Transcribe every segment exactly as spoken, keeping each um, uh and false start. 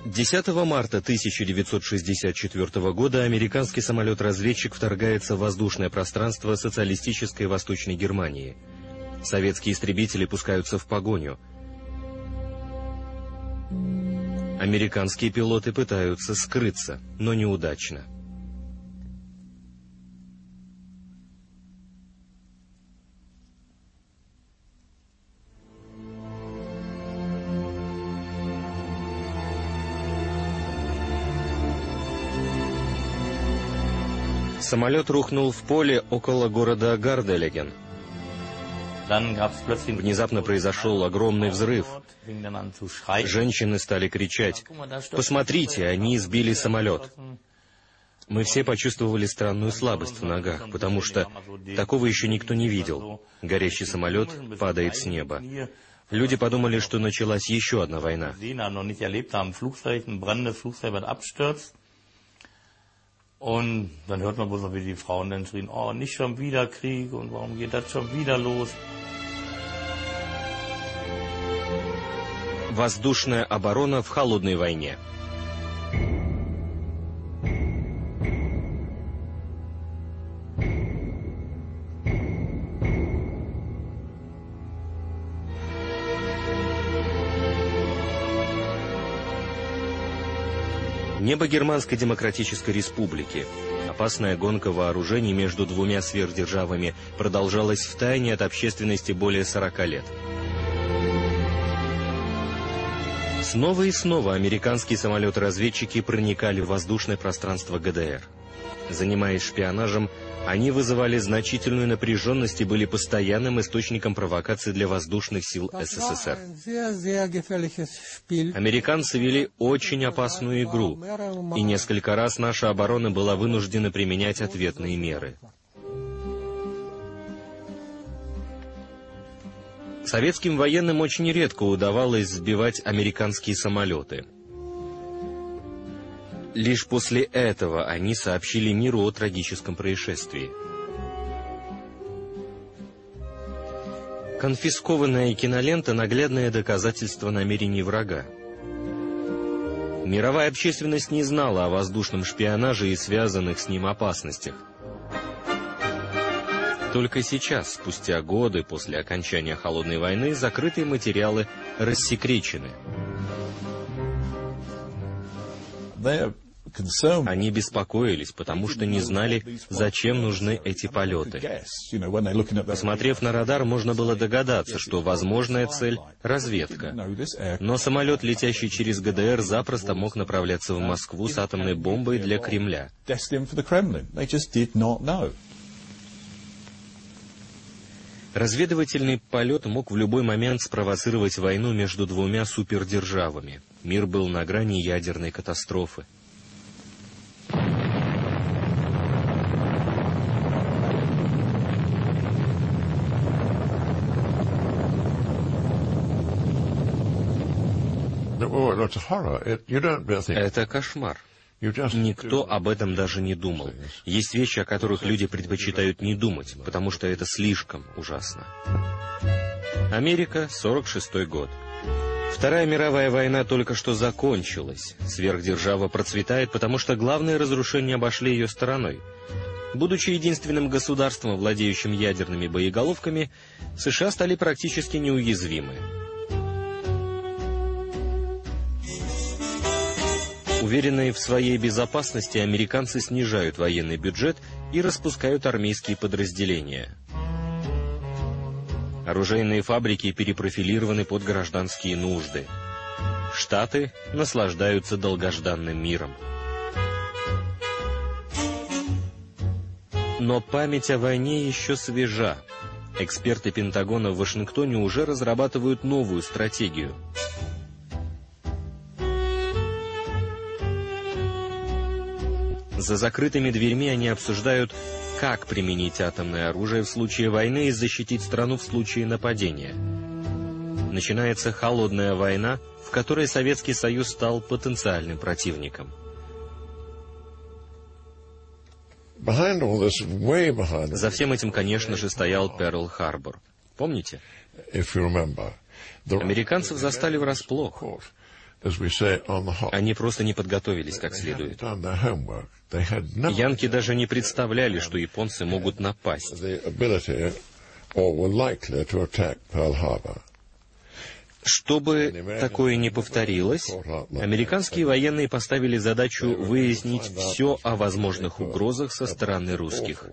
десятого марта тысяча девятьсот шестьдесят четвёртого года американский самолет-разведчик вторгается в воздушное пространство социалистической Восточной Германии. Советские истребители пускаются в погоню. Американские пилоты пытаются скрыться, но неудачно. Самолет рухнул в поле около города Гарделеген. Внезапно произошел огромный взрыв. Женщины стали кричать: «Посмотрите, они сбили самолет!» Мы все почувствовали странную слабость в ногах, потому что такого еще никто не видел. Горящий самолет падает с неба. Люди подумали, что началась еще одна война. Und dann hört man bloß noch, wie die Frauen dann schrien: «Oh, nicht schon wieder Krieg, und warum geht das schon wieder los?» Воздушная оборона в холодной войне. Небо Германской Демократической Республики. Опасная гонка вооружений между двумя сверхдержавами продолжалась втайне от общественности более сорока лет. Снова и снова американские самолеты-разведчики проникали в воздушное пространство ГДР. Занимаясь шпионажем, они вызывали значительную напряженность и были постоянным источником провокаций для воздушных сил СССР. Американцы вели очень опасную игру, и несколько раз наша оборона была вынуждена применять ответные меры. Советским военным очень редко удавалось сбивать американские самолеты. Лишь после этого они сообщили миру о трагическом происшествии. Конфискованная кинолента — наглядное доказательство намерений врага. Мировая общественность не знала о воздушном шпионаже и связанных с ним опасностях. Только сейчас, спустя годы после окончания Холодной войны, закрытые материалы рассекречены. Они беспокоились, потому что не знали, зачем нужны эти полеты. Посмотрев на радар, можно было догадаться, что возможная цель — разведка. Но самолет, летящий через ГДР, запросто мог направляться в Москву с атомной бомбой для Кремля. Разведывательный полет мог в любой момент спровоцировать войну между двумя супердержавами. Мир был на грани ядерной катастрофы. Это кошмар. Никто об этом даже не думал. Есть вещи, о которых люди предпочитают не думать, потому что это слишком ужасно. Америка, сорок шестой год. Вторая мировая война только что закончилась. Сверхдержава процветает, потому что главные разрушения обошли ее стороной. Будучи единственным государством, владеющим ядерными боеголовками, США стали практически неуязвимы. Уверенные в своей безопасности, американцы снижают военный бюджет и распускают армейские подразделения. Оружейные фабрики перепрофилированы под гражданские нужды. Штаты наслаждаются долгожданным миром. Но память о войне еще свежа. Эксперты Пентагона в Вашингтоне уже разрабатывают новую стратегию. За закрытыми дверьми они обсуждают, как применить атомное оружие в случае войны и защитить страну в случае нападения. Начинается холодная война, в которой Советский Союз стал потенциальным противником. За всем этим, конечно же, стоял Перл-Харбор. Помните? Американцев застали врасплох. Они просто не подготовились как следует. Янки даже не представляли, что японцы могут напасть. Чтобы такое не повторилось, американские военные поставили задачу выяснить все о возможных угрозах со стороны русских.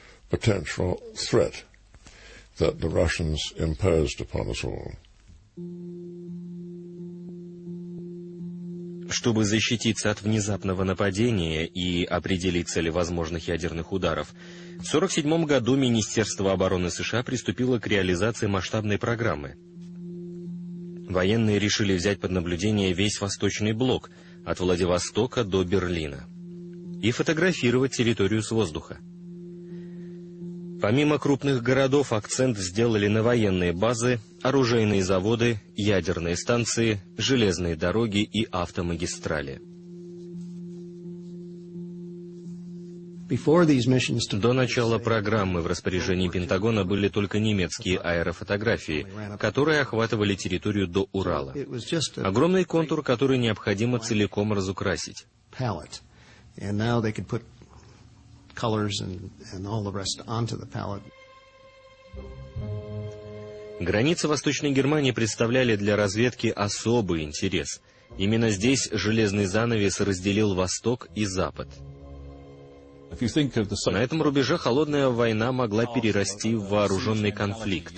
Чтобы защититься от внезапного нападения и определить цели возможных ядерных ударов, в сорок седьмом году Министерство обороны США приступило к реализации масштабной программы. Военные решили взять под наблюдение весь Восточный блок, от Владивостока до Берлина, и фотографировать территорию с воздуха. Помимо крупных городов, акцент сделали на военные базы, оружейные заводы, ядерные станции, железные дороги и автомагистрали. До начала программы в распоряжении Пентагона были только немецкие аэрофотографии, которые охватывали территорию до Урала. Огромный контур, который необходимо целиком разукрасить. Границы Восточной Германии представляли для разведки особый интерес. Именно здесь железный занавес разделил Восток и Запад. На этом рубеже холодная война могла перерасти в вооруженный конфликт.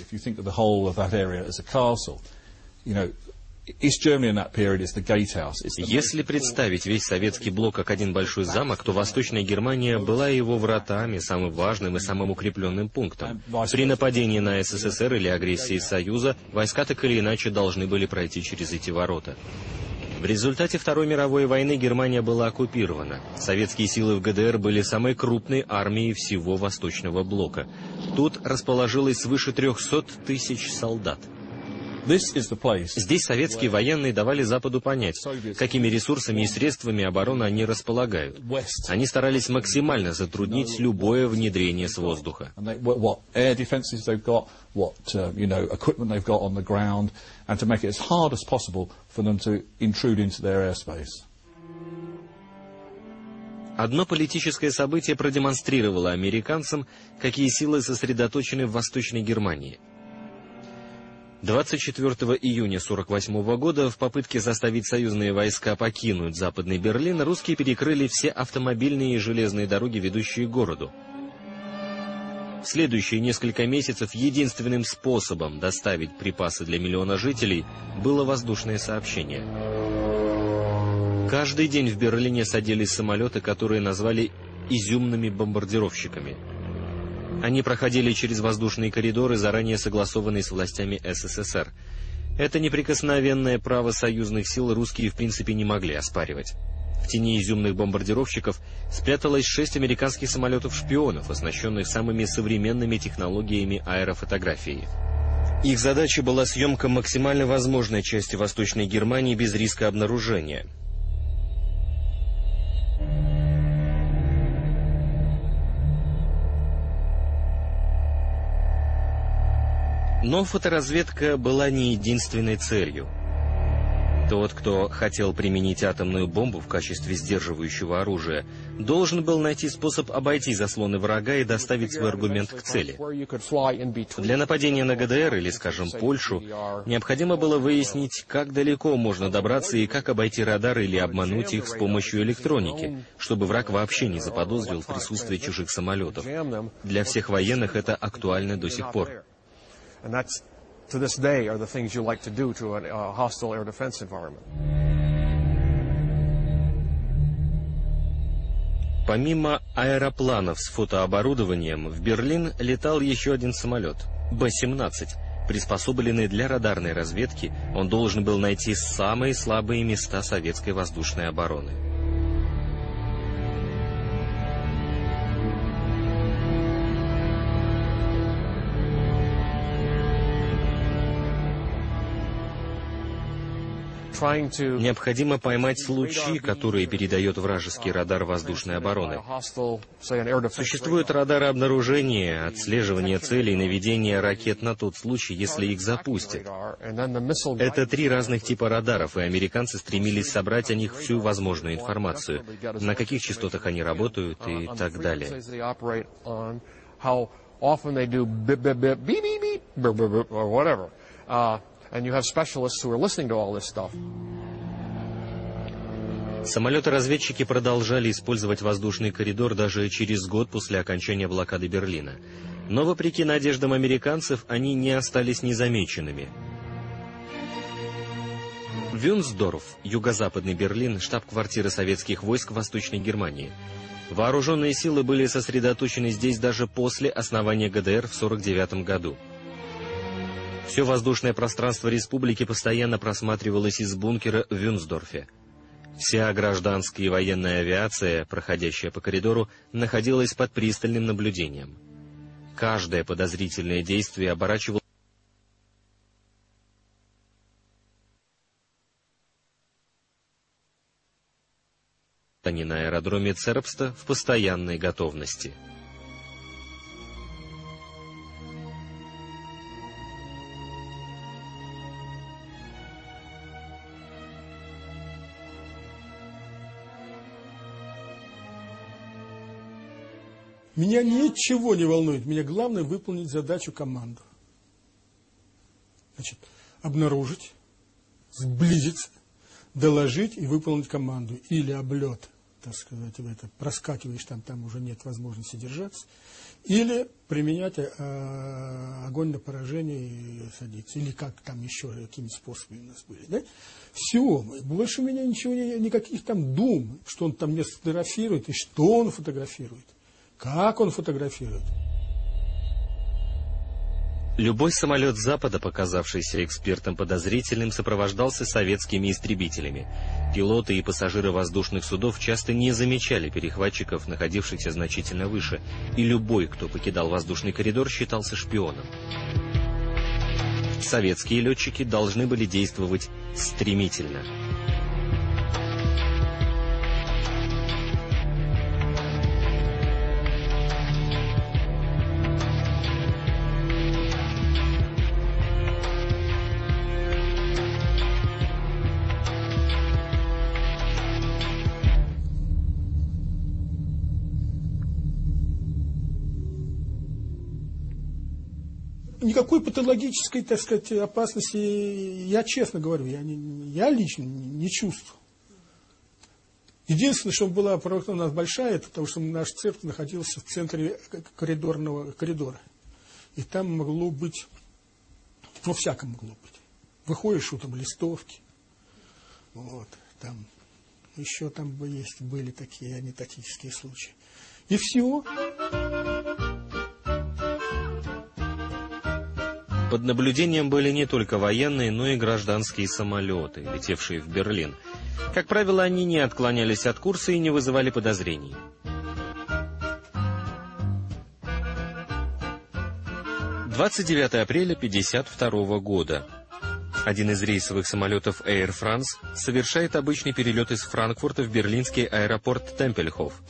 Если представить весь советский блок как один большой замок, то Восточная Германия была его вратами, самым важным и самым укрепленным пунктом. При нападении на СССР или агрессии Союза войска так или иначе должны были пройти через эти ворота. В результате Второй мировой войны Германия была оккупирована. Советские силы в ГДР были самой крупной армией всего Восточного блока. Тут расположилось свыше трехсот тысяч солдат. Здесь советские военные давали Западу понять, какими ресурсами и средствами обороны они располагают. Они старались максимально затруднить любое внедрение с воздуха. Одно политическое событие продемонстрировало американцам, какие силы сосредоточены в Восточной Германии. двадцать четвёртого июня сорок восьмого года в попытке заставить союзные войска покинуть Западный Берлин русские перекрыли все автомобильные и железные дороги, ведущие к городу. В следующие несколько месяцев единственным способом доставить припасы для миллиона жителей было воздушное сообщение. Каждый день в Берлине садились самолеты, которые назвали изюмными бомбардировщиками. Они проходили через воздушные коридоры, заранее согласованные с властями СССР. Это неприкосновенное право союзных сил русские в принципе не могли оспаривать. В тени изюмных бомбардировщиков спряталось шесть американских самолетов-шпионов, оснащенных самыми современными технологиями аэрофотографии. Их задача была съемка максимально возможной части Восточной Германии без риска обнаружения. Но фоторазведка была не единственной целью. Тот, кто хотел применить атомную бомбу в качестве сдерживающего оружия, должен был найти способ обойти заслоны врага и доставить свой аргумент к цели. Для нападения на ГДР или, скажем, Польшу, необходимо было выяснить, как далеко можно добраться и как обойти радары или обмануть их с помощью электроники, чтобы враг вообще не заподозрил присутствие чужих самолетов. Для всех военных это актуально до сих пор. And that's, to this day, are the things you like to do to a uh, hostile air defense environment. Помимо аэропланов с фотооборудованием, в Берлин летал еще один самолет — Бэ семнадцать. Приспособленный для радарной разведки, он должен был найти самые слабые места советской воздушной обороны. Необходимо поймать лучи, которые передает вражеский радар воздушной обороны. Существуют радары обнаружения, отслеживания целей, наведения ракет на тот случай, если их запустят. Это три разных типа радаров, и американцы стремились собрать о них всю возможную информацию, на каких частотах они работают и так далее. Самолеты-разведчики продолжали использовать воздушный коридор даже через год после окончания блокады Берлина. Но, вопреки надеждам американцев, они не остались незамеченными. Вюнсдорф, юго-западный Берлин, штаб-квартира советских войск в Восточной Германии. Вооруженные силы были сосредоточены здесь даже после основания ГДР в сорок девятом году. Все воздушное пространство республики постоянно просматривалось из бункера в Вюнсдорфе. Вся гражданская и военная авиация, проходящая по коридору, находилась под пристальным наблюдением. Каждое подозрительное действие оборачивалось они на аэродроме Цербста в постоянной готовности. Меня ничего не волнует. Меня главное выполнить задачу команду. Значит, обнаружить, сблизиться, доложить и выполнить команду. Или облет, так сказать, в это, проскакиваешь, там, там уже нет возможности держаться. Или применять э, огонь на поражение и садиться. Или как там еще, какими способами у нас были. Да? Все. Больше у меня ничего, никаких там дум, что он там меня сфотографирует и что он фотографирует. Как он фотографирует? Любой самолет Запада, показавшийся экспертам подозрительным, сопровождался советскими истребителями. Пилоты и пассажиры воздушных судов часто не замечали перехватчиков, находившихся значительно выше, и любой, кто покидал воздушный коридор, считался шпионом. Советские летчики должны были действовать стремительно. Никакой патологической, так сказать, опасности, я честно говорю, я, не, я лично не чувствую. Единственное, что была провокация у нас большая, это потому что наш цирк находился в центре коридорного коридора. И там могло быть, ну, всяко могло быть. Выходишь, там листовки, вот, там, еще там есть, были такие анекдотические случаи. И все. Под наблюдением были не только военные, но и гражданские самолеты, летевшие в Берлин. Как правило, они не отклонялись от курса и не вызывали подозрений. двадцать девятого апреля тысяча девятьсот пятьдесят второго года. Один из рейсовых самолетов Air France совершает обычный перелет из Франкфурта в берлинский аэропорт Темпельхоф.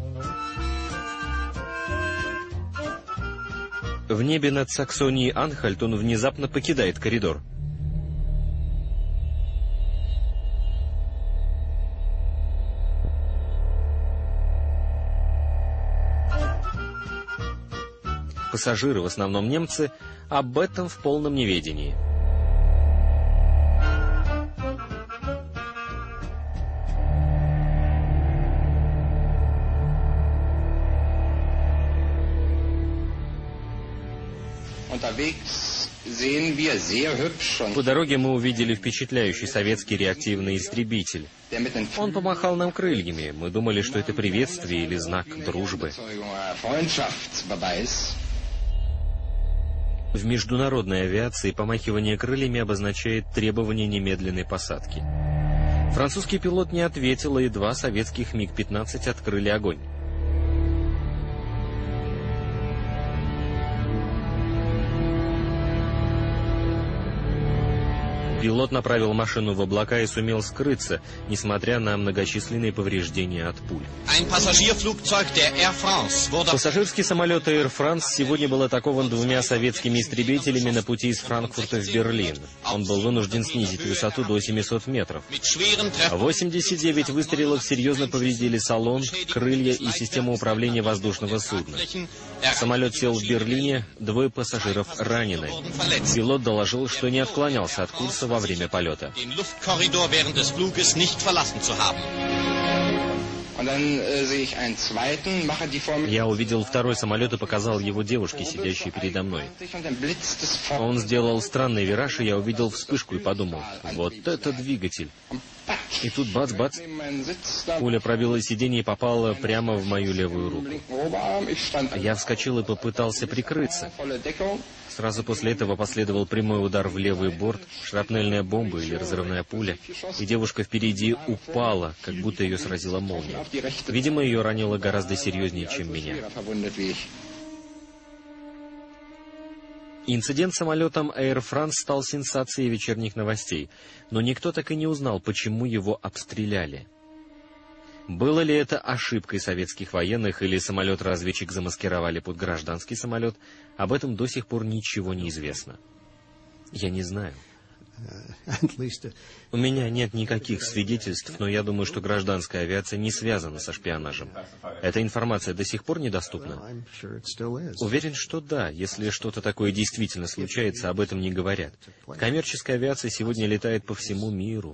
В небе над Саксонией Анхальт он внезапно покидает коридор. Пассажиры, в основном немцы, об этом в полном неведении. По дороге мы увидели впечатляющий советский реактивный истребитель. Он помахал нам крыльями. Мы думали, что это приветствие или знак дружбы. В международной авиации помахивание крыльями обозначает требование немедленной посадки. Французский пилот не ответил, и два советских миг пятнадцать открыли огонь. Пилот направил машину в облака и сумел скрыться, несмотря на многочисленные повреждения от пуль. Пассажирский самолет Air France сегодня был атакован двумя советскими истребителями на пути из Франкфурта в Берлин. Он был вынужден снизить высоту до семисот метров. восемьдесят девять выстрелов серьезно повредили салон, крылья и систему управления воздушного судна. Самолет сел в Берлине, двое пассажиров ранены. Пилот доложил, что не отклонялся от курса во время полета. Я увидел второй самолет и показал его девушке, сидящей передо мной. Он сделал странный вираж, и я увидел вспышку и подумал: вот это двигатель. И тут бац-бац, пуля пробила сиденье и попала прямо в мою левую руку. Я вскочил и попытался прикрыться. Сразу после этого последовал прямой удар в левый борт, шрапнельная бомба или разрывная пуля, и девушка впереди упала, как будто ее сразила молния. Видимо, ее ранило гораздо серьезнее, чем меня. Инцидент с самолетом Air France стал сенсацией вечерних новостей, но никто так и не узнал, почему его обстреляли. Было ли это ошибкой советских военных, или самолет-разведчик замаскировали под гражданский самолет, об этом до сих пор ничего не известно. Я не знаю. У меня нет никаких свидетельств, но я думаю, что гражданская авиация не связана со шпионажем. Эта информация до сих пор недоступна? Уверен, что да. Если что-то такое действительно случается, об этом не говорят. Коммерческая авиация сегодня летает по всему миру.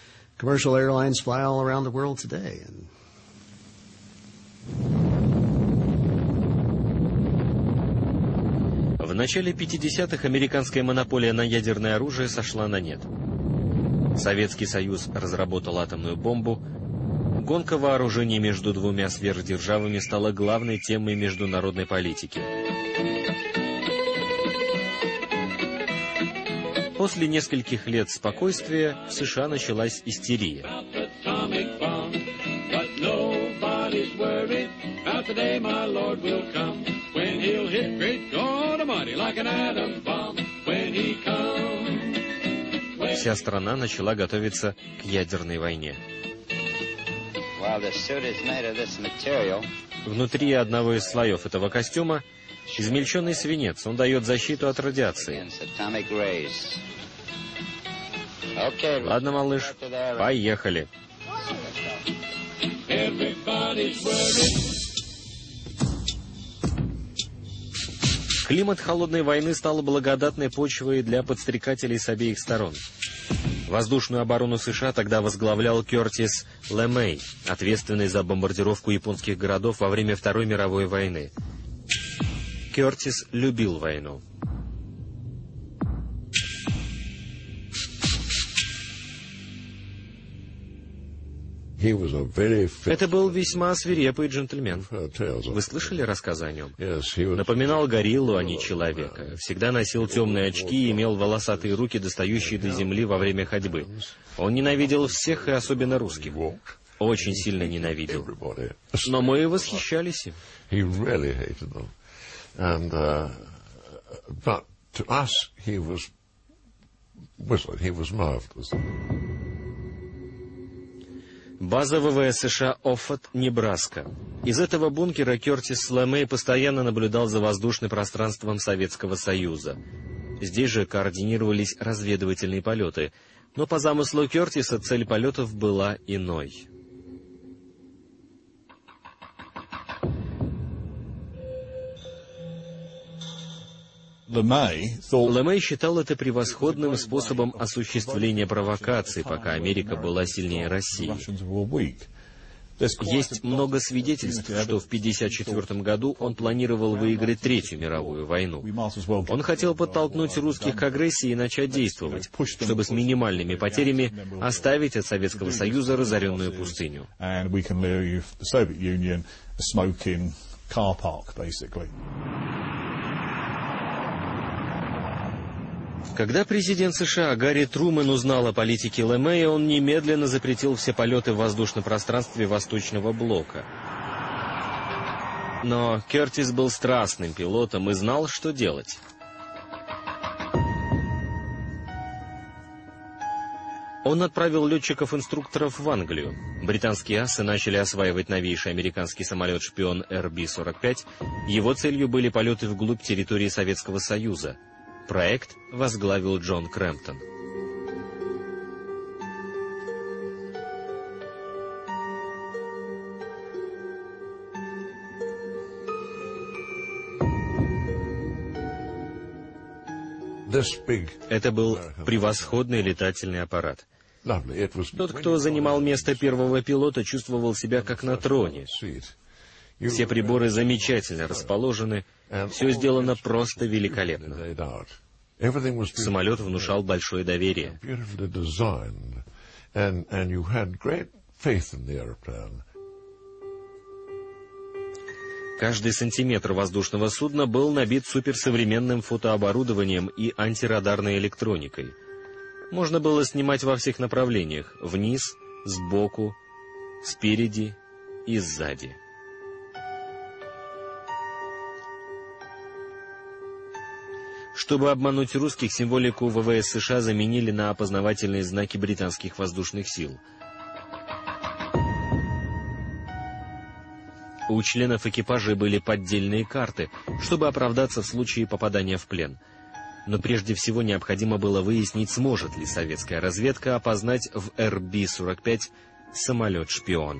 В начале пятидесятых американская монополия на ядерное оружие сошла на нет. Советский Союз разработал атомную бомбу. Гонка вооружений между двумя сверхдержавами стала главной темой международной политики. После нескольких лет спокойствия в США началась истерия. Вся страна начала готовиться к ядерной войне. Внутри одного из слоев этого костюма измельченный свинец. Он дает защиту от радиации. Ладно, малыш, поехали. Климат холодной войны стал благодатной почвой для подстрекателей с обеих сторон. Воздушную оборону США тогда возглавлял Кертис Лэмэй, ответственный за бомбардировку японских городов во время Второй мировой войны. Кертис любил войну. Это был весьма свирепый джентльмен. Вы слышали рассказы о нем? Напоминал гориллу, а не человека. Всегда носил темные очки и имел волосатые руки, достающие до земли во время ходьбы. Он ненавидел всех, и особенно русских. Очень сильно ненавидел. Но мы восхищались им. База ВВС США Оффот, Небраска. Из этого бункера Кертис Лэмэй постоянно наблюдал за воздушным пространством Советского Союза. Здесь же координировались разведывательные полеты, но по замыслу Кертиса цель полетов была иной. Лэмэй считал это превосходным способом осуществления провокаций, пока Америка была сильнее России. Есть много свидетельств, что в пятьдесят четвёртом году он планировал выиграть Третью мировую войну. Он хотел подтолкнуть русских к агрессии и начать действовать, чтобы с минимальными потерями оставить от Советского Союза разоренную пустыню. Когда президент США Гарри Трумэн узнал о политике Лэмэя, он немедленно запретил все полеты в воздушном пространстве Восточного блока. Но Кертис был страстным пилотом и знал, что делать. Он отправил летчиков-инструкторов в Англию. Британские асы начали осваивать новейший американский самолет-шпион эр би сорок пять. Его целью были полеты вглубь территории Советского Союза. Проект возглавил Джон Крэмптон. Это был превосходный летательный аппарат. Тот, кто занимал место первого пилота, чувствовал себя как на троне. Все приборы замечательно расположены, все сделано просто великолепно. Самолет внушал большое доверие. Каждый сантиметр воздушного судна был набит суперсовременным фотооборудованием и антирадарной электроникой. Можно было снимать во всех направлениях — вниз, сбоку, спереди и сзади. Чтобы обмануть русских, символику вэ вэ эс США заменили на опознавательные знаки британских воздушных сил. У членов экипажей были поддельные карты, чтобы оправдаться в случае попадания в плен. Но прежде всего необходимо было выяснить, сможет ли советская разведка опознать в эр би сорок пять самолет-шпион.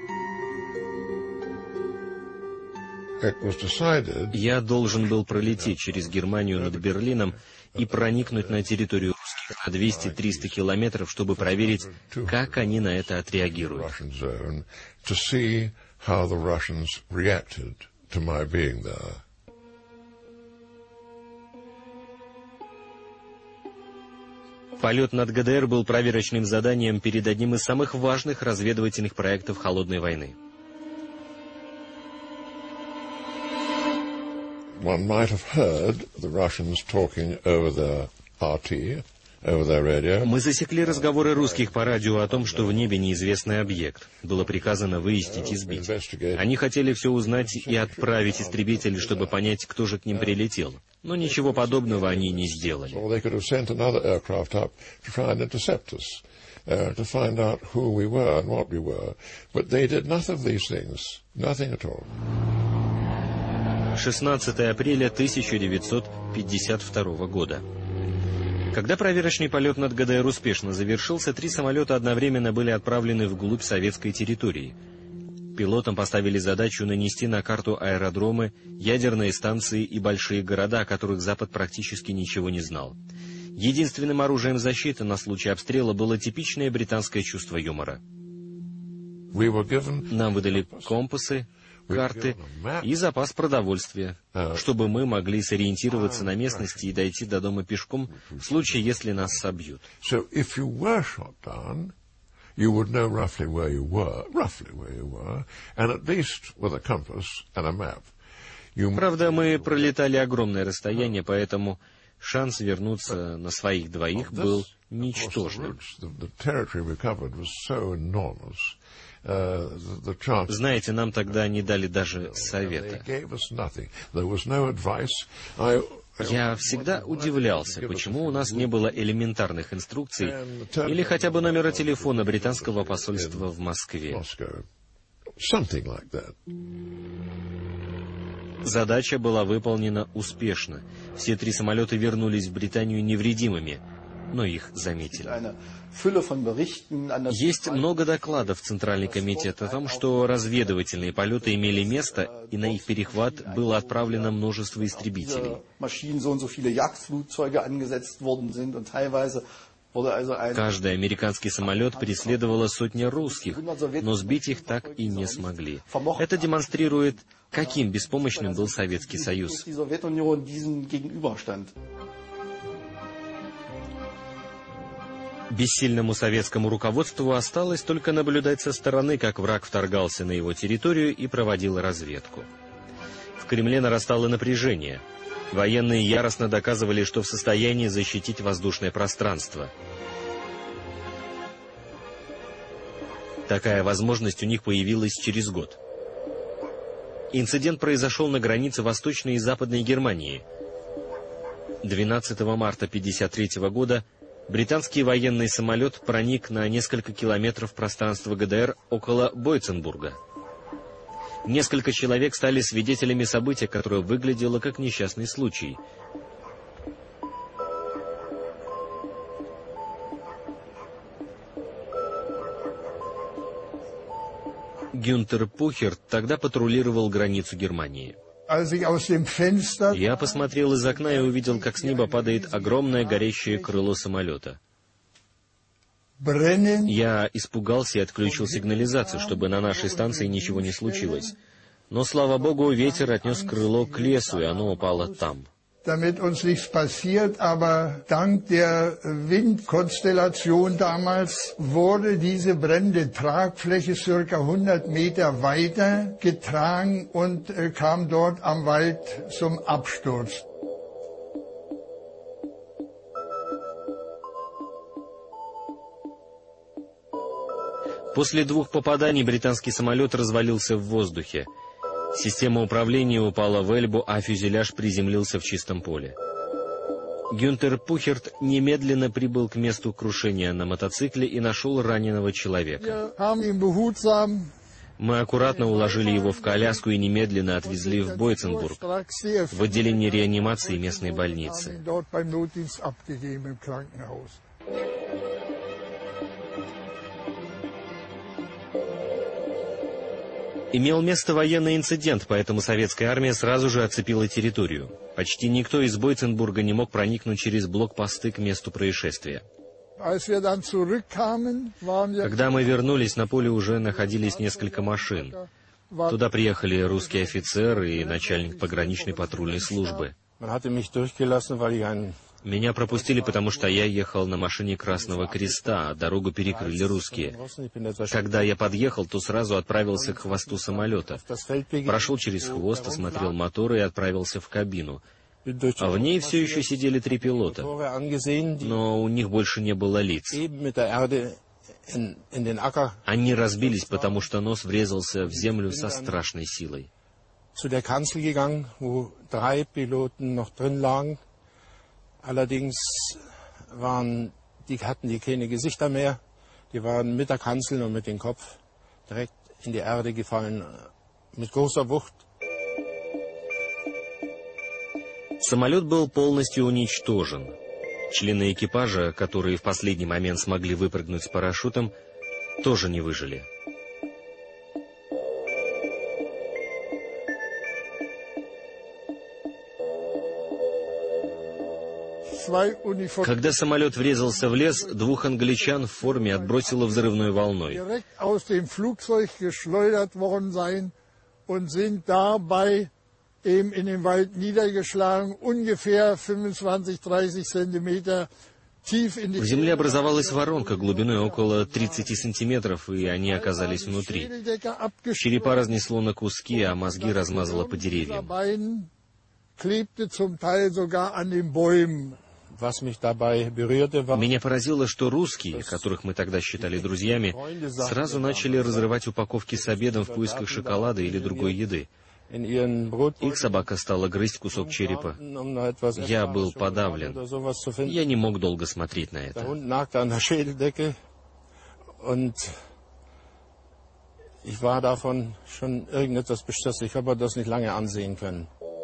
Я должен был пролететь через Германию над Берлином и проникнуть на территорию русских на двести-триста километров, чтобы проверить, как они на это отреагируют. How the Russians reacted to my being there. Полет над гэ дэ эр был проверочным заданием перед одним из самых важных разведывательных проектов Холодной войны. One might have heard the Russians talking over their эр ти, over their radio. Мы засекли разговоры русских по радио о том, что в небе неизвестный объект. Было приказано выяснить и сбить. Они хотели все узнать и отправить истребители, чтобы понять, кто же к ним прилетел. Но ничего подобного они не сделали. шестнадцатого апреля тысяча девятьсот пятьдесят второго года. Когда проверочный полет над гэ дэ эр успешно завершился, три самолета одновременно были отправлены вглубь советской территории. Пилотам поставили задачу нанести на карту аэродромы, ядерные станции и большие города, о которых Запад практически ничего не знал. Единственным оружием защиты на случай обстрела было типичное британское чувство юмора. Нам выдали компасы, карты и запас продовольствия, чтобы мы могли сориентироваться на местности и дойти до дома пешком в случае, если нас собьют. Правда, мы пролетали огромное расстояние, поэтому шанс вернуться на своих двоих был ничтожным. Знаете, нам тогда не дали даже совета. Я всегда удивлялся, почему у нас не было элементарных инструкций или хотя бы номера телефона британского посольства в Москве. Задача была выполнена успешно. Все три самолета вернулись в Британию невредимыми, но их заметили. Есть много докладов в Центральный комитет о том, что разведывательные полеты имели место, и на их перехват было отправлено множество истребителей. Каждый американский самолет преследовало сотня русских, но сбить их так и не смогли. Это демонстрирует, каким беспомощным был Советский Союз. Бессильному советскому руководству осталось только наблюдать со стороны, как враг вторгался на его территорию и проводил разведку. В Кремле нарастало напряжение. Военные яростно доказывали, что в состоянии защитить воздушное пространство. Такая возможность у них появилась через год. Инцидент произошел на границе Восточной и Западной Германии. двенадцатого марта тысяча девятьсот пятьдесят третьего года Британский военный самолет проник на несколько километров пространства ГДР около Бойценбурга. Несколько человек стали свидетелями события, которое выглядело как несчастный случай. Гюнтер Пухерт тогда патрулировал границу Германии. Я посмотрел из окна и увидел, как с неба падает огромное горящее крыло самолета. Я испугался и отключил сигнализацию, чтобы на нашей станции ничего не случилось. Но, слава богу, ветер отнес крыло к лесу, и оно упало там. Damit uns nichts passiert, aber dank der Windkonstellation damals wurde diese brennende Tragfläche circa hundert Meter weiter getragen und äh, kam dort am Wald zum Absturz. После двух попаданий британский самолет развалился в воздухе. Система управления упала в Эльбу, а фюзеляж приземлился в чистом поле. Гюнтер Пухерт немедленно прибыл к месту крушения на мотоцикле и нашел раненого человека. Мы аккуратно уложили его в коляску и немедленно отвезли в Бойценбург, в отделение реанимации местной больницы. Имел место военный инцидент, поэтому советская армия сразу же оцепила территорию. Почти никто из Бойценбурга не мог проникнуть через блокпосты к месту происшествия. Когда мы вернулись, на поле уже находились несколько машин. Туда приехали русские офицеры и начальник пограничной патрульной службы. Меня пропустили, потому что я ехал на машине Красного Креста, а дорогу перекрыли русские. Когда я подъехал, то сразу отправился к хвосту самолета. Прошел через хвост, осмотрел моторы и отправился в кабину. А в ней все еще сидели три пилота, но у них больше не было лиц. Они разбились, потому что нос врезался в землю со страшной силой. Allerdings waren, die hatten die keine Gesichter mehr, die waren mit der Kanzel und mit dem Kopf direkt in die Erde gefallen, mit großer Wucht. Самолет был полностью уничтожен. Члены экипажа, которые в последний момент смогли выпрыгнуть с парашютом, тоже не выжили. Когда самолет врезался в лес, двух англичан в форме отбросило взрывной волной. В земле образовалась воронка глубиной около тридцати сантиметров, и они оказались внутри. Черепа разнесло на куски, а мозги размазало по деревьям. Меня поразило, что русские, которых мы тогда считали друзьями, сразу начали разрывать упаковки с обедом в поисках шоколада или другой еды. Их собака стала грызть кусок черепа. Я был подавлен. Я не мог долго смотреть на это. Ich war davon schon irgendetwas bestürzt. Ich habe das nicht lange ansehen können.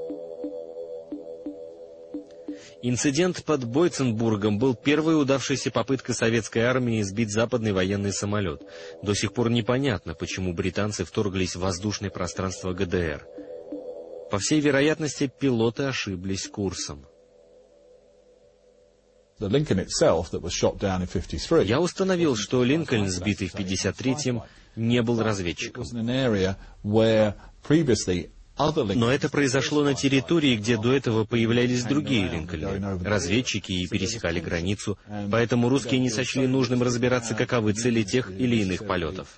Инцидент под Бойценбургом был первой удавшейся попыткой советской армии сбить западный военный самолет. До сих пор непонятно, почему британцы вторглись в воздушное пространство ГДР. По всей вероятности, пилоты ошиблись курсом. Я установил, что Линкольн, сбитый в пятьдесят третьем, не был разведчиком. Но это произошло на территории, где до этого появлялись другие Линкольны, разведчики, и пересекали границу, поэтому русские не сочли нужным разбираться, каковы цели тех или иных полетов.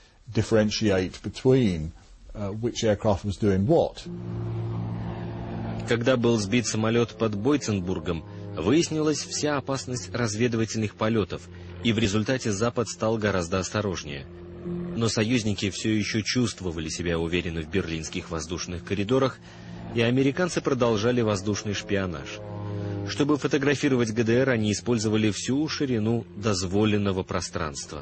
Когда был сбит самолет под Бойценбургом, выяснилась вся опасность разведывательных полетов, и в результате Запад стал гораздо осторожнее. Но союзники все еще чувствовали себя уверенно в берлинских воздушных коридорах, и американцы продолжали воздушный шпионаж. Чтобы фотографировать ГДР, они использовали всю ширину дозволенного пространства.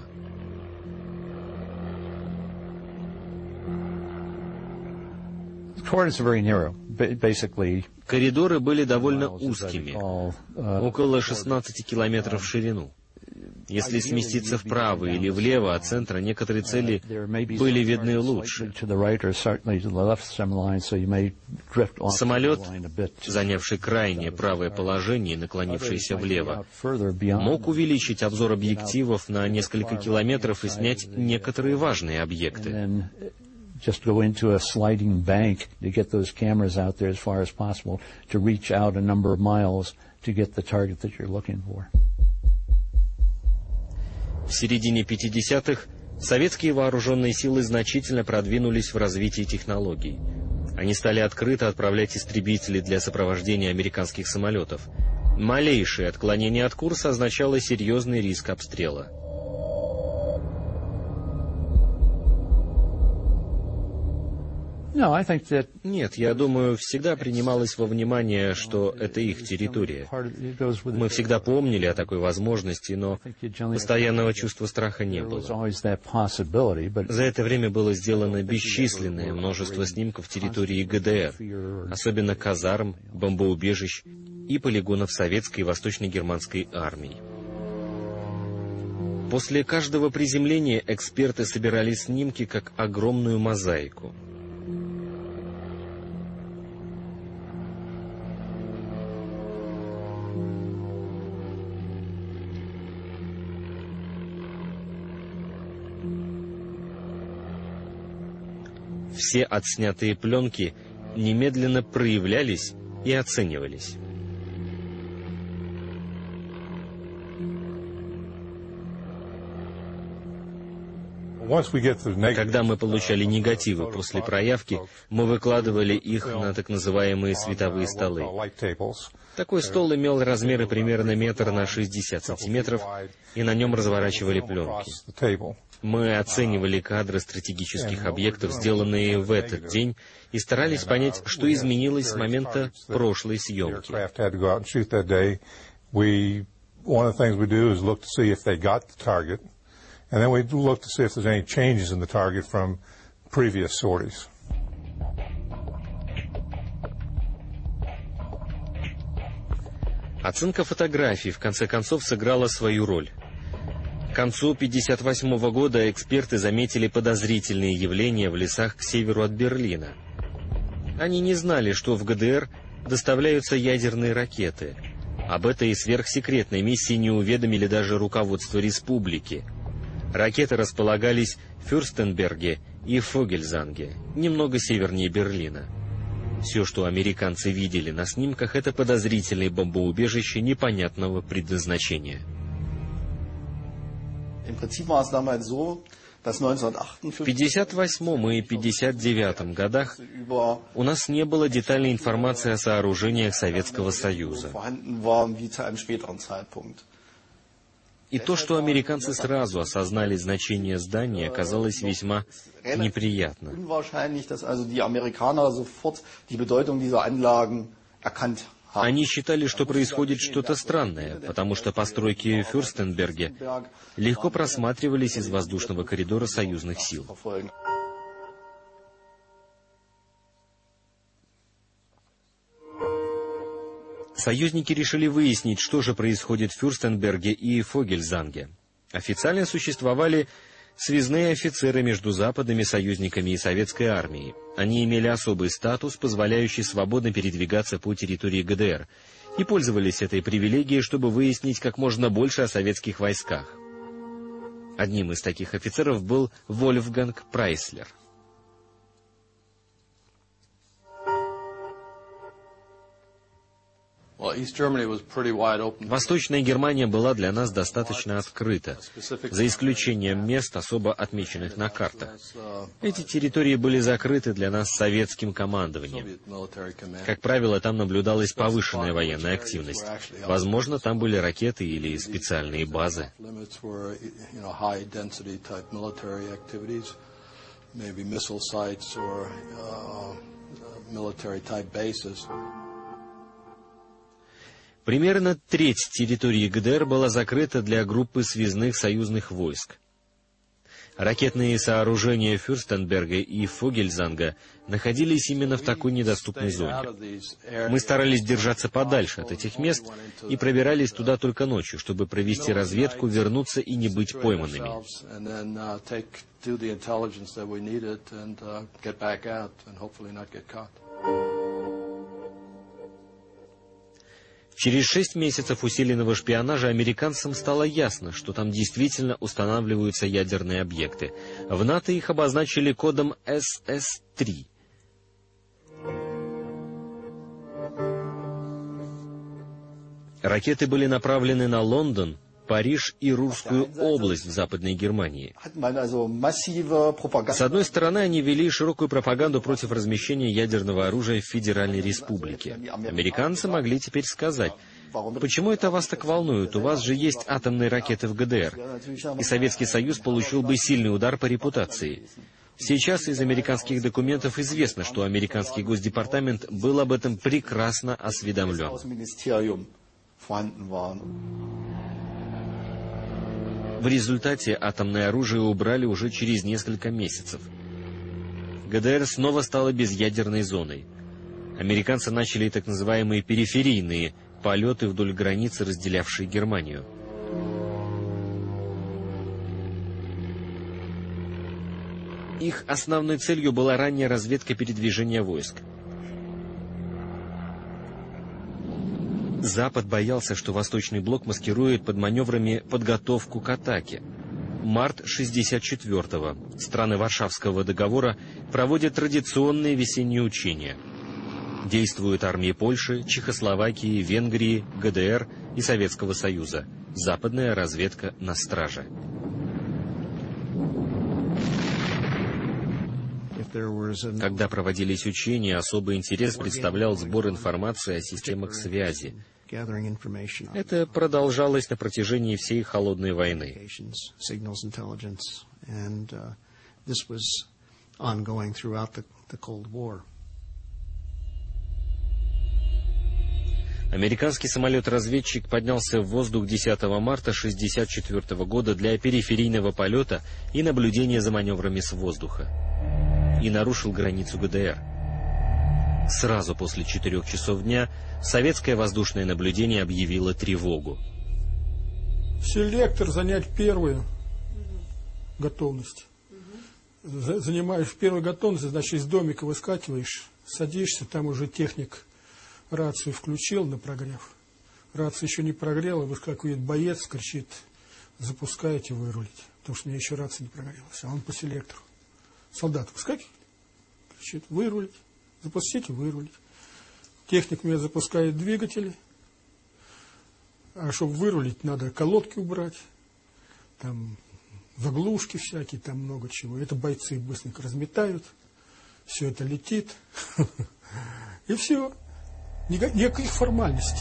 Коридоры были довольно узкими, около шестнадцати километров в ширину. Если сместиться вправо или влево от центра, некоторые цели были видны лучше. Самолет, занявший крайнее правое положение и наклонившийся влево, мог увеличить обзор объективов на несколько километров и снять некоторые важные объекты. Just go into a sliding bank to get those cameras out there as far as possible, to reach out a number of miles to get the target that you're looking for. В середине пятидесятых советские вооруженные силы значительно продвинулись в развитии технологий. Они стали открыто отправлять истребители для сопровождения американских самолетов. Малейшее отклонение от курса означало серьезный риск обстрела. Нет, я думаю, всегда принималось во внимание, что это их территория. Мы всегда помнили о такой возможности, но постоянного чувства страха не было. За это время было сделано бесчисленное множество снимков территории ГДР, особенно казарм, бомбоубежищ и полигонов советской и восточно-германской армий. После каждого приземления эксперты собирали снимки как огромную мозаику. Все отснятые пленки немедленно проявлялись и оценивались. Когда мы получали негативы после проявки, мы выкладывали их на так называемые световые столы. Такой стол имел размеры примерно метр на шестьдесят сантиметров, и на нем разворачивали пленки. Мы оценивали кадры стратегических объектов, сделанные в этот день, и старались понять, что изменилось с момента прошлой съемки. And then we look to see if there's any changes in the target from previous sorties. Оценка фотографий в конце концов сыграла свою роль. К концу пятьдесят восьмого года эксперты заметили подозрительные явления в лесах к северу от Берлина. Они не знали, что в ГДР доставляются ядерные ракеты. Об этой сверхсекретной миссии не уведомили даже руководство республики. Ракеты располагались в Фюрстенберге и Фогельзанге, немного севернее Берлина. Все, что американцы видели на снимках, это подозрительные бомбоубежища непонятного предназначения. В пятьдесят восьмом и пятьдесят девятом годах у нас не было детальной информации о сооружениях Советского Союза. И то, что американцы сразу осознали значение здания, оказалось весьма неприятно. Они считали, что происходит что-то странное, потому что постройки в Фюрстенберге легко просматривались из воздушного коридора союзных сил. Союзники решили выяснить, что же происходит в Фюрстенберге и Фогельзанге. Официально существовали связные офицеры между западными союзниками и советской армией. Они имели особый статус, позволяющий свободно передвигаться по территории ГДР, и пользовались этой привилегией, чтобы выяснить как можно больше о советских войсках. Одним из таких офицеров был Вольфганг Прайслер. Восточная Германия была для нас достаточно открыта, за исключением мест, особо отмеченных на картах. Эти территории были закрыты для нас советским командованием. Как правило, там наблюдалась повышенная военная активность. Возможно, там были ракеты или специальные базы. Примерно треть территории ГДР была закрыта для группы связных союзных войск. Ракетные сооружения Фюрстенберга и Фогельзанга находились именно в такой недоступной зоне. Мы старались держаться подальше от этих мест и пробирались туда только ночью, чтобы провести разведку, вернуться и не быть пойманными. Через шесть месяцев усиленного шпионажа американцам стало ясно, что там действительно устанавливаются ядерные объекты. В НАТО их обозначили кодом эс эс три. Ракеты были направлены на Лондон, Париж и Рурскую область в Западной Германии. С одной стороны, они вели широкую пропаганду против размещения ядерного оружия в Федеральной Республике. Американцы могли теперь сказать: почему это вас так волнует? У вас же есть атомные ракеты в ГДР. И Советский Союз получил бы сильный удар по репутации. Сейчас из американских документов известно, что американский Госдепартамент был об этом прекрасно осведомлен. В результате атомное оружие убрали уже через несколько месяцев. ГДР снова стала безъядерной зоной. Американцы начали так называемые периферийные полеты вдоль границы, разделявшей Германию. Их основной целью была ранняя разведка передвижения войск. Запад боялся, что Восточный блок маскирует под маневрами подготовку к атаке. Март шестьдесят четвёртого. Страны Варшавского договора проводят традиционные весенние учения. Действуют армии Польши, Чехословакии, Венгрии, ГДР и Советского Союза. Западная разведка на страже. Когда проводились учения, особый интерес представлял сбор информации о системах связи. Это продолжалось на протяжении всей холодной войны. Американский самолет-разведчик поднялся в воздух десятого марта тысяча девятьсот шестьдесят четвёртого года для периферийного полета и наблюдения за маневрами с воздуха. И нарушил границу ГДР. Сразу после четырех часов дня советское воздушное наблюдение объявило тревогу. Селектор занять первую готовность. Занимаешь первую готовность, значит, из домика выскакиваешь, садишься, там уже техник рацию включил на прогрев. Рация еще не прогрела, выскакивает боец, кричит: запускайте, вырулить. Потому что у меня еще рация не прогрелась, а он по селектору. Солдат выскакивает, кричит: вырулить, запустите, вырулить. Техник мне запускает двигатели, а чтобы вырулить, надо колодки убрать, там заглушки всякие, там много чего. Это бойцы быстренько разметают, все это летит, и все. Никаких формальностей.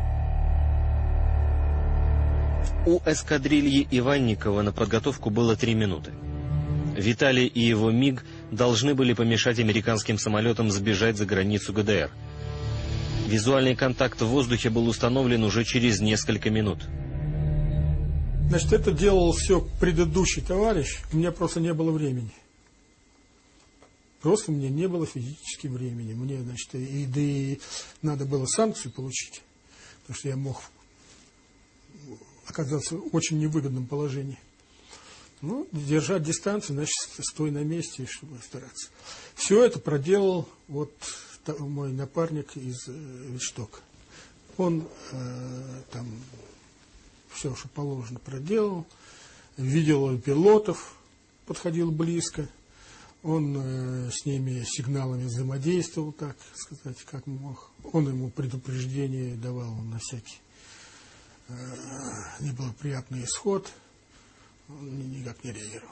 У эскадрильи Иванникова на подготовку было три минуты. Виталий и его МиГ должны были помешать американским самолетам сбежать за границу ГДР. Визуальный контакт в воздухе был установлен уже через несколько минут. Значит, это делал все предыдущий товарищ, у меня просто не было времени. Просто мне не было физически времени. Мне, значит, и, да и надо было санкцию получить, потому что я мог оказаться в очень невыгодном положении. Ну, держать дистанцию, значит, стой на месте, чтобы стараться. Все это проделал вот мой напарник из Виштока. Он э, там все, что положено, проделал. Видел пилотов, подходил близко. Он э, с ними сигналами взаимодействовал, так сказать, как мог. Он ему предупреждение давал на всякий э, неблагоприятный исход. Он никак не реагировал.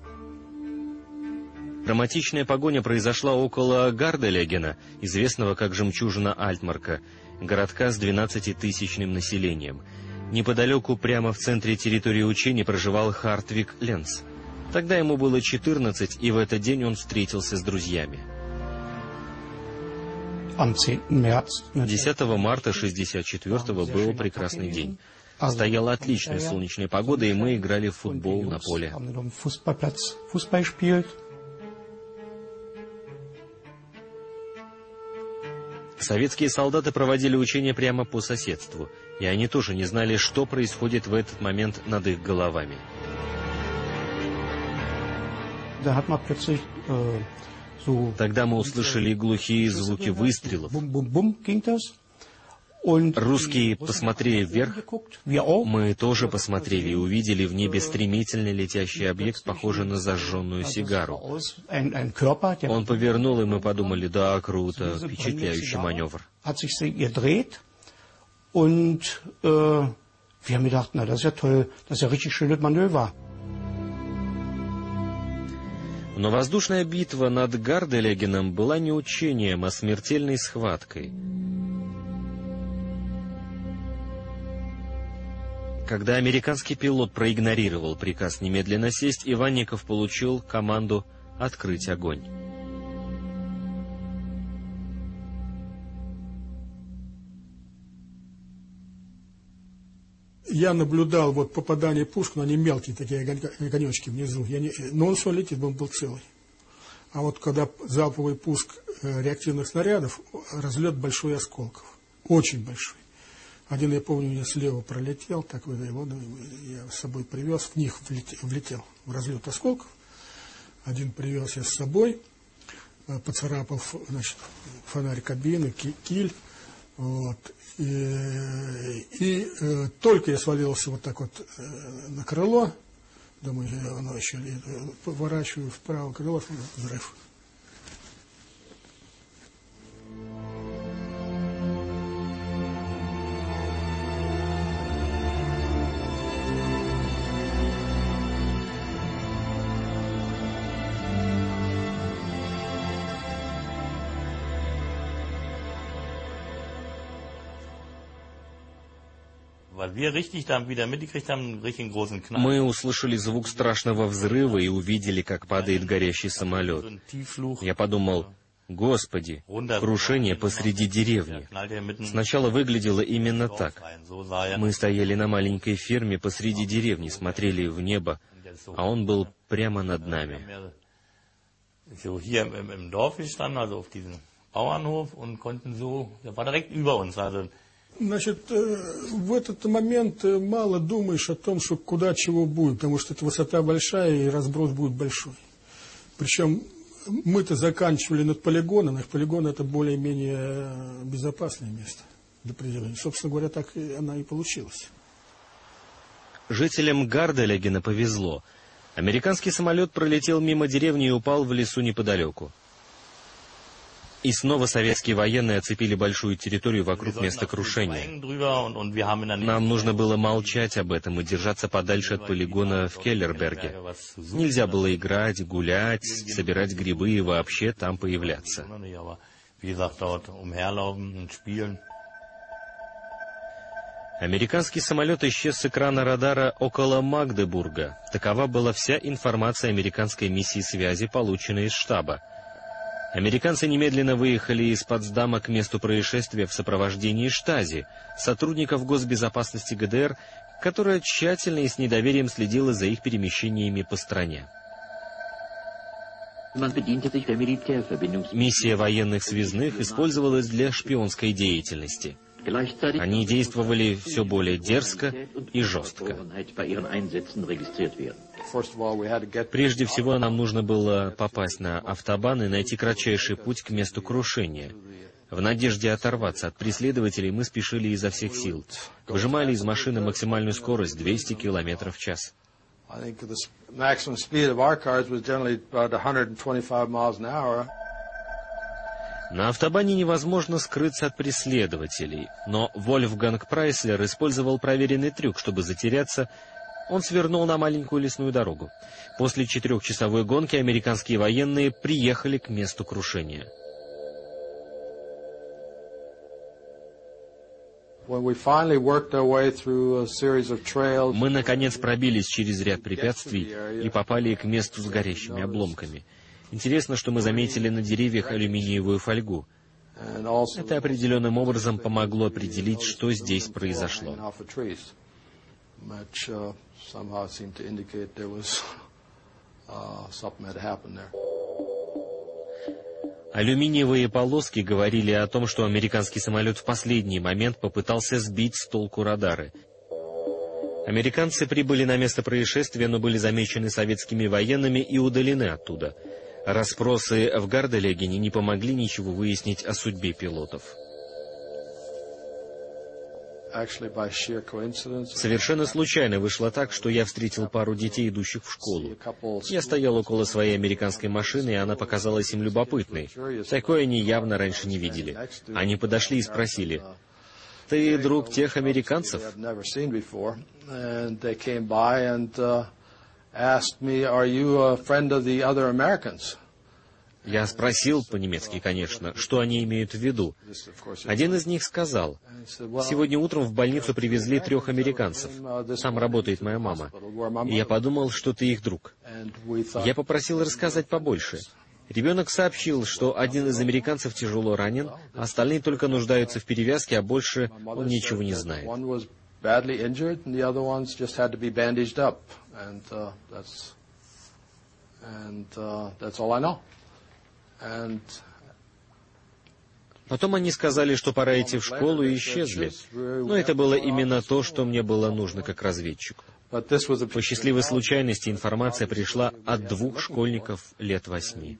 Драматичная погоня произошла около Гарделегена, известного как жемчужина Альтмарка, городка с двенадцатитысячным населением. Неподалеку, прямо в центре территории учений, проживал Хартвиг Ленц. Тогда ему было четырнадцать, и в этот день он встретился с друзьями. десятого марта шестьдесят четвёртого был прекрасный день. Стояла отличная солнечная погода, и мы играли в футбол на поле. Советские солдаты проводили учения прямо по соседству, и они тоже не знали, что происходит в этот момент над их головами. Тогда мы услышали глухие звуки выстрелов. Русские посмотрели вверх, мы тоже посмотрели и увидели в небе стремительно летящий объект, похожий на зажженную сигару. Он повернул, и мы подумали: да, круто, впечатляющий маневр. Но воздушная битва над Гарделегеном была не учением, а смертельной схваткой. Когда американский пилот проигнорировал приказ немедленно сесть, Иванников получил команду открыть огонь. Я наблюдал вот попадание пушек, но они мелкие такие огонечки внизу. Я не, но он все летит, он был целый. А вот когда залповый пуск реактивных снарядов, разлет большой осколков. Очень большой. Один, я помню, я слева пролетел, так вот его я с собой привез, в них влетел, влетел в разлет осколков. Один привез я с собой, поцарапал, значит, фонарь кабины, киль. Вот. И, и э, только я свалился вот так вот э, на крыло, думаю, оно еще поворачиваю вправо крыло, взрыв. Мы услышали звук страшного взрыва и увидели, как падает горящий самолет. Я подумал: Господи, крушение посреди деревни. Сначала выглядело именно так. Мы стояли на маленькой ферме посреди деревни, смотрели в небо, а он был прямо над нами. Значит, в этот момент мало думаешь о том, что куда чего будет, потому что эта высота большая и разброс будет большой. Причем мы-то заканчивали над полигоном, а полигон — это более-менее безопасное место для определения. Собственно говоря, так и она и получилась. Жителям Гарделегена повезло. Американский самолет пролетел мимо деревни и упал в лесу неподалеку. И снова советские военные оцепили большую территорию вокруг места крушения. Нам нужно было молчать об этом и держаться подальше от полигона в Келлерберге. Нельзя было играть, гулять, собирать грибы и вообще там появляться. Американский самолет исчез с экрана радара около Магдебурга. Такова была вся информация американской миссии связи, полученная из штаба. Американцы немедленно выехали из Потсдама к месту происшествия в сопровождении Штази, сотрудников госбезопасности ГДР, которая тщательно и с недоверием следила за их перемещениями по стране. Миссия военных связных использовалась для шпионской деятельности. Они действовали все более дерзко и жестко. Прежде всего, нам нужно было попасть на автобан и найти кратчайший путь к месту крушения. В надежде оторваться от преследователей мы спешили изо всех сил. Выжимали из машины максимальную скорость двести километров в час. На автобане невозможно скрыться от преследователей, но Вольфганг Прайслер использовал проверенный трюк, чтобы затеряться. Он свернул на маленькую лесную дорогу. После четырехчасовой гонки американские военные приехали к месту крушения. Мы, наконец, пробились через ряд препятствий и попали к месту с горящими обломками. Интересно, что мы заметили на деревьях алюминиевую фольгу. Это определенным образом помогло определить, что здесь произошло. Алюминиевые полоски говорили о том, что американский самолет в последний момент попытался сбить с толку радары. Американцы прибыли на место происшествия, но были замечены советскими военными и удалены оттуда. Расспросы в Гарделегене не помогли ничего выяснить о судьбе пилотов. Совершенно случайно вышло так, что я встретил пару детей, идущих в школу. Я стоял около своей американской машины, и она показалась им любопытной. Такое они явно раньше не видели. Они подошли и спросили: «Ты друг тех американцев?» Я спросил, по-немецки, конечно, что они имеют в виду. Один из них сказал: «Сегодня утром в больницу привезли трех американцев. Там работает моя мама. И я подумал, что ты их друг». Я попросил рассказать побольше. Ребенок сообщил, что один из американцев тяжело ранен, а остальные только нуждаются в перевязке, а больше он ничего не знает. Потом они сказали, что пора идти в школу, и исчезли. Но это было именно то, что мне было нужно как разведчику. По счастливой случайности информация пришла от двух школьников лет восьми.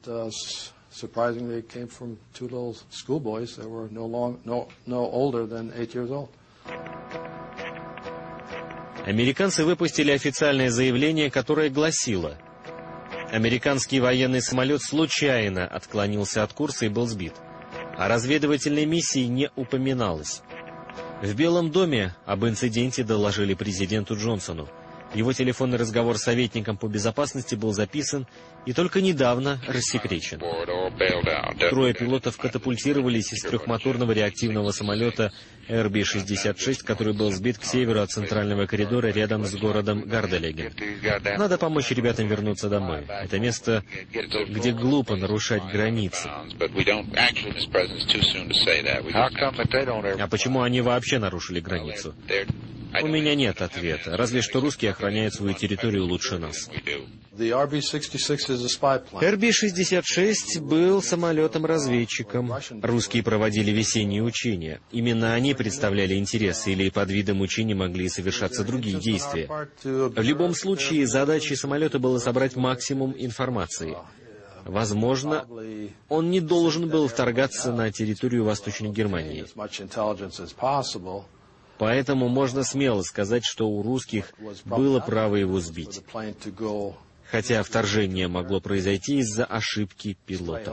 Американцы выпустили официальное заявление, которое гласило: американский военный самолет случайно отклонился от курса и был сбит. О разведывательной миссии не упоминалось. В Белом доме об инциденте доложили президенту Джонсону. Его телефонный разговор с советником по безопасности был записан и только недавно рассекречен. Трое пилотов катапультировались из трехмоторного реактивного самолета эр би шестьдесят шесть, который был сбит к северу от центрального коридора рядом с городом Гарделеген. Надо помочь ребятам вернуться домой. Это место, где глупо нарушать границы. А почему они вообще нарушили границу? У меня нет ответа, разве что русские охраняют свою территорию лучше нас. эр би шестьдесят шесть был самолетом-разведчиком. Русские проводили весенние учения. Именно они представляли интересы, или под видом учений могли совершаться другие действия. В любом случае, задачей самолета было собрать максимум информации. Возможно, он не должен был вторгаться на территорию Восточной Германии. Поэтому можно смело сказать, что у русских было право его сбить. Хотя вторжение могло произойти из-за ошибки пилота.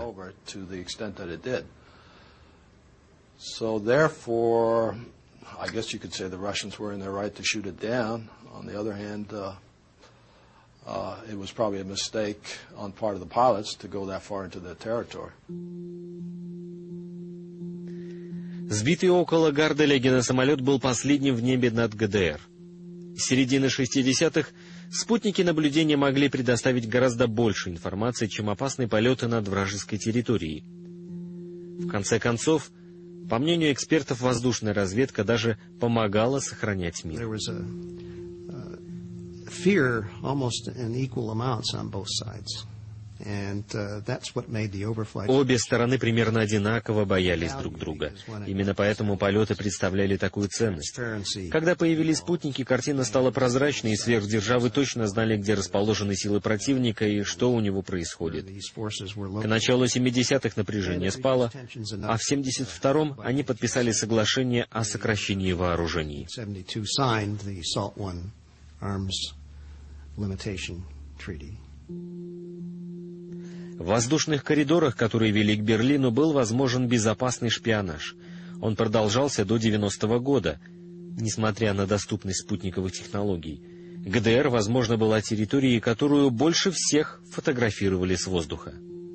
Сбитый около Гарделегена самолет был последним в небе над гэ дэ эр. С середины шестидесятых спутники наблюдения могли предоставить гораздо больше информации, чем опасные полеты над вражеской территорией. В конце концов, по мнению экспертов, воздушная разведка даже помогала сохранять мир. Обе стороны примерно одинаково боялись друг друга. Именно поэтому полеты представляли такую ценность. Когда появились спутники, картина стала прозрачной, и сверхдержавы точно знали, где расположены силы противника и что у него происходит. К началу семидесятых напряжение спало, а в семьдесят втором они подписали соглашение о сокращении вооружений. В воздушных коридорах, которые вели к Берлину, был возможен безопасный шпионаж. Он продолжался до девяностого года, несмотря на доступность спутниковых технологий. гэ дэ эр, возможно, была территорией, которую больше всех фотографировали с воздуха.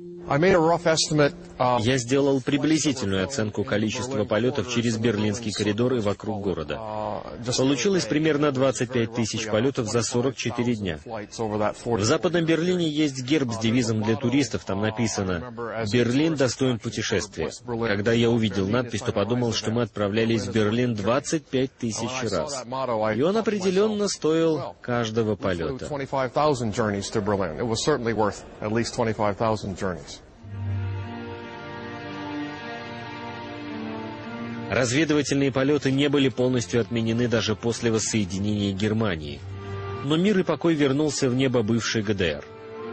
Я сделал приблизительную оценку количества полетов через Берлинский коридор и вокруг города. Получилось примерно двадцать пять тысяч полетов за сорок четыре дня. В Западном Берлине есть герб с девизом для туристов, там написано «Берлин достоин путешествия». Когда я увидел надпись, то подумал, что мы отправлялись в Берлин двадцать пять тысяч раз. И он определенно стоил каждого полета. Разведывательные полеты не были полностью отменены даже после воссоединения Германии. Но мир и покой вернулся в небо бывшей ГДР.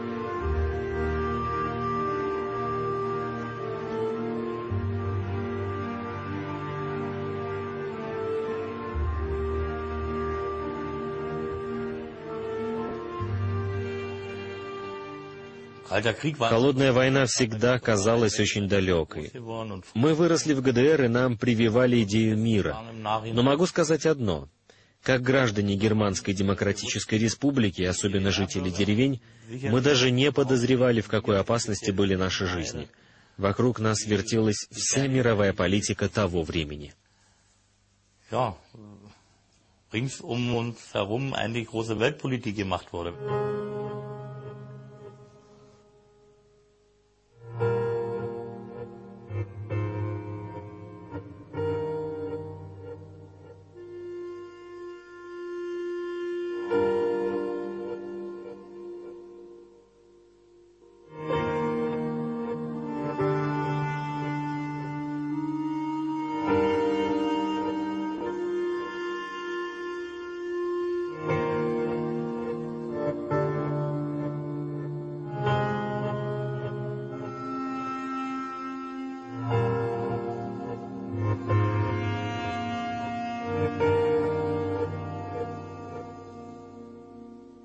Холодная война всегда казалась очень далекой. Мы выросли в ГДР, и нам прививали идею мира. Но могу сказать одно. Как граждане Германской Демократической Республики, особенно жители деревень, мы даже не подозревали, в какой опасности были наши жизни. Вокруг нас вертелась вся мировая политика того времени. Rings um uns herum eigentlich große Weltpolitik gemacht wurde.